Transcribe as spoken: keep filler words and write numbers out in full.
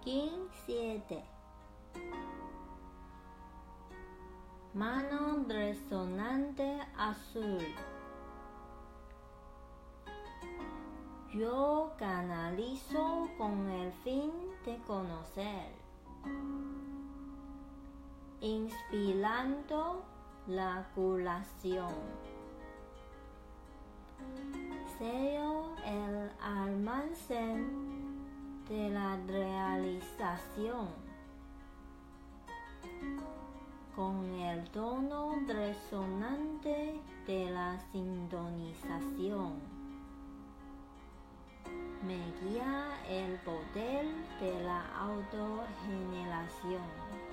Yin siete. Mano resonante azul. Yo canalizo con el fin de conocer, inspirando la curación. Sello el almacén de la realización con el tono resonante de la sintonización. Me guía el poder de la autogeneración.